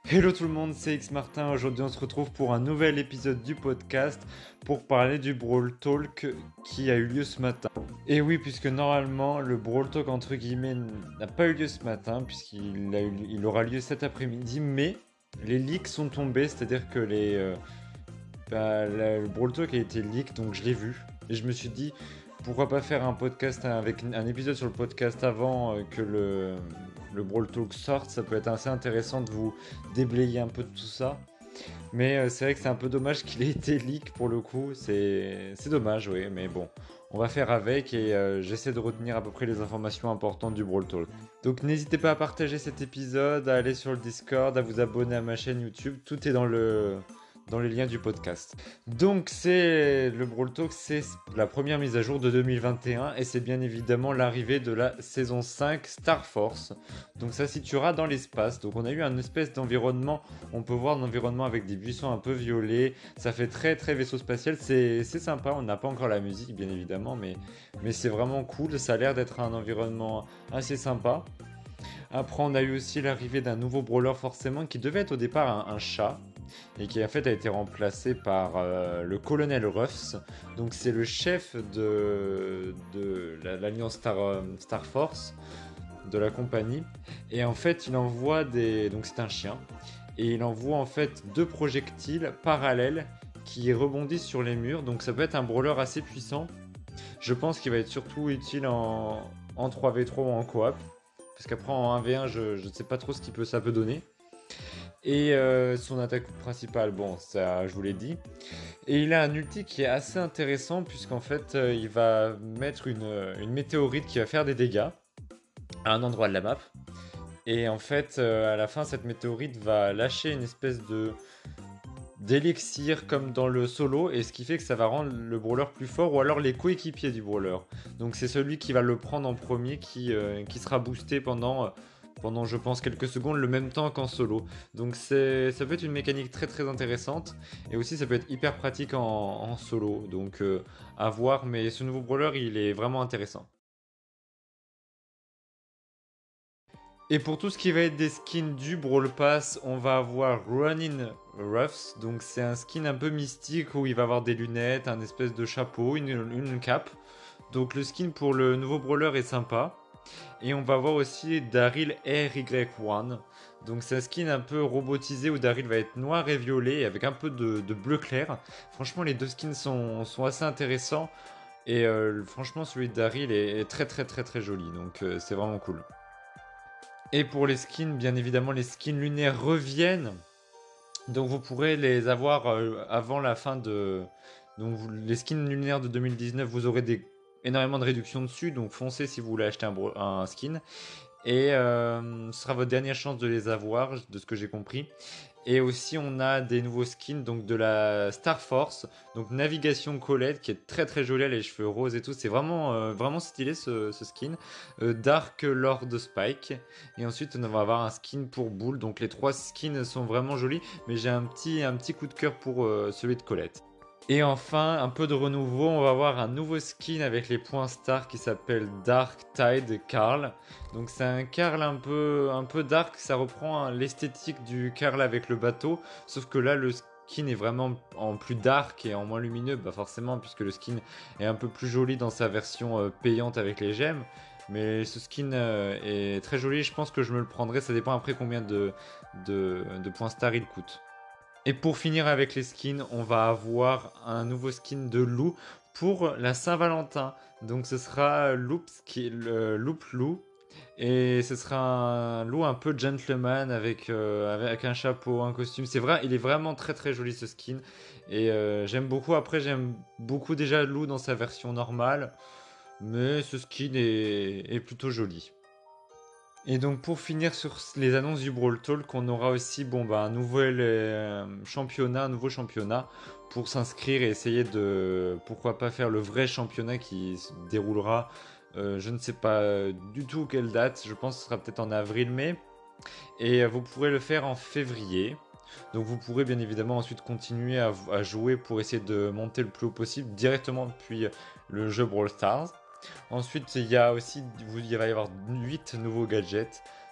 Hello tout le monde, c'est X Martin. Aujourd'hui, on se retrouve pour un nouvel épisode du podcast pour parler du Brawl Talk qui a eu lieu ce matin. Et oui, puisque normalement, le Brawl Talk entre guillemets n'a pas eu lieu ce matin, il aura lieu cet après-midi, mais les leaks sont tombés, c'est-à-dire que le Brawl Talk a été leak, donc je l'ai vu. Et je me suis dit, pourquoi pas faire un podcast avec un épisode sur le podcast avant que le Brawl Talk sorte. Ça peut être assez intéressant de vous déblayer un peu de tout ça. Mais c'est vrai que c'est un peu dommage qu'il ait été leak pour le coup. C'est dommage, oui, mais bon. On va faire avec et j'essaie de retenir à peu près les informations importantes du Brawl Talk. Donc n'hésitez pas à partager cet épisode, à aller sur le Discord, à vous abonner à ma chaîne YouTube. Tout est dans les liens du podcast. Donc c'est le Brawl Talk, c'est la première mise à jour de 2021 et c'est bien évidemment l'arrivée de la saison 5 Star Force. Donc ça se situera dans l'espace. Donc on a eu un espèce d'environnement, on peut voir un environnement avec des buissons un peu violets, ça fait très très vaisseau spatial, c'est sympa, on n'a pas encore la musique bien évidemment, mais c'est vraiment cool, ça a l'air d'être un environnement assez sympa. Après on a eu aussi l'arrivée d'un nouveau brawler forcément qui devait être au départ un chat et qui en fait a été remplacé par le colonel Ruffs. Donc c'est le chef de l'Alliance Star Force, de la compagnie. Et en fait il envoie des... Donc c'est un chien. Et il envoie en fait deux projectiles parallèles qui rebondissent sur les murs. Donc ça peut être un brawler assez puissant. Je pense qu'il va être surtout utile en 3v3 ou en coop. Parce qu'après en 1v1 je ne sais pas trop ce ça peut donner. Et son attaque principale, bon, ça je vous l'ai dit. Et il a un ulti qui est assez intéressant puisqu'en fait il va mettre une météorite qui va faire des dégâts à un endroit de la map. Et en fait à la fin cette météorite va lâcher une espèce de d'élixir comme dans le solo et ce qui fait que ça va rendre le brawler plus fort ou alors les coéquipiers du brawler. Donc c'est celui qui va le prendre en premier qui sera boosté pendant je pense quelques secondes le même temps qu'en solo. Donc ça peut être une mécanique très très intéressante et aussi ça peut être hyper pratique en solo. Donc à voir, mais ce nouveau brawler il est vraiment intéressant. Et pour tout ce qui va être des skins du Brawl Pass, on va avoir Running Ruffs. Donc c'est un skin un peu mystique où il va avoir des lunettes, un espèce de chapeau, une cape. Donc le skin pour le nouveau brawler est sympa. Et on va voir aussi Daryl RY1. Donc c'est un skin un peu robotisé où Daryl va être noir et violet avec un peu de bleu clair. Franchement les deux skins sont assez intéressants. Et franchement celui de Daryl est très très très très joli. Donc c'est vraiment cool. Et pour les skins, bien évidemment, les skins lunaires reviennent. Donc vous pourrez les avoir avant la fin de... Donc les skins lunaires de 2019, vous aurez énormément de réductions dessus. Donc foncez si vous voulez acheter un skin. Et ce sera votre dernière chance de les avoir, de ce que j'ai compris. Et aussi, on a des nouveaux skins, donc de la Star Force, donc Navigation Colette, qui est très très jolie, elle a les cheveux roses et tout. C'est vraiment, vraiment stylé ce skin. Dark Lord Spike. Et ensuite, on va avoir un skin pour Bull. Donc les trois skins sont vraiment jolis, mais j'ai un petit coup de cœur pour celui de Colette. Et enfin, un peu de renouveau, on va avoir un nouveau skin avec les points stars qui s'appelle Dark Tide Carl. Donc c'est un Carl un peu dark, ça reprend l'esthétique du Carl avec le bateau, sauf que là le skin est vraiment en plus dark et en moins lumineux, bah forcément puisque le skin est un peu plus joli dans sa version payante avec les gemmes. Mais ce skin est très joli, je pense que je me le prendrai, ça dépend après combien de points stars il coûte. Et pour finir avec les skins, on va avoir un nouveau skin de loup pour la Saint-Valentin. Donc ce sera Loop Loup. Et ce sera un loup un peu gentleman avec un chapeau, un costume. C'est vrai, il est vraiment très très joli ce skin. Et j'aime beaucoup. Après, j'aime beaucoup déjà loup dans sa version normale. Mais ce skin est plutôt joli. Et donc pour finir sur les annonces du Brawl Talk, on aura aussi un nouvel championnat, un nouveau championnat pour s'inscrire et essayer de pourquoi pas faire le vrai championnat qui se déroulera. Je ne sais pas du tout quelle date, je pense que ce sera peut-être en avril-mai. Et vous pourrez le faire en février. Donc vous pourrez bien évidemment ensuite continuer à jouer pour essayer de monter le plus haut possible directement depuis le jeu Brawl Stars. Ensuite, il va y avoir 8 nouveaux gadgets.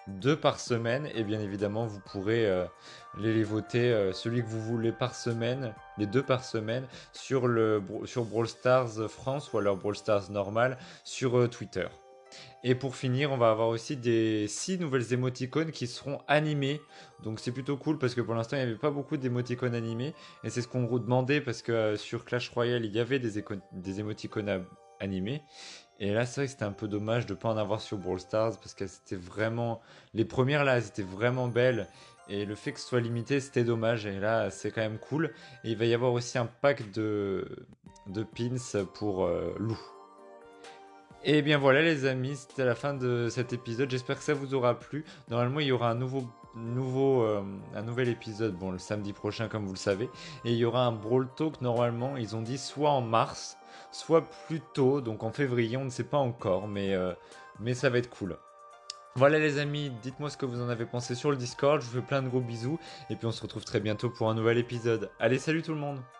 2 par semaine et bien évidemment vous pourrez les voter celui que vous voulez par semaine, les 2 par semaine sur Brawl Stars France ou alors Brawl Stars normal sur Twitter. Et pour finir, on va avoir aussi des 6 nouvelles émoticônes qui seront animées. Donc c'est plutôt cool parce que pour l'instant il n'y avait pas beaucoup d'émoticônes animés. Et c'est ce qu'on vous demandait parce que sur Clash Royale il y avait des émoticônes animés. Et là c'est vrai que c'était un peu dommage de ne pas en avoir sur Brawl Stars parce que c'était vraiment... Les premières là, elles étaient vraiment belles. Et le fait que ce soit limité, c'était dommage. Et là, c'est quand même cool. Et il va y avoir aussi un pack de pins pour Lou. Et bien voilà les amis, c'était la fin de cet épisode. J'espère que ça vous aura plu. Normalement, il y aura un nouvel épisode, bon, le samedi prochain, comme vous le savez. Et il y aura un Brawl Talk, normalement, ils ont dit soit en mars, soit plus tôt, donc en février, on ne sait pas encore, mais ça va être cool. Voilà les amis, dites-moi ce que vous en avez pensé sur le Discord. Je vous fais plein de gros bisous. Et puis on se retrouve très bientôt pour un nouvel épisode. Allez, salut tout le monde!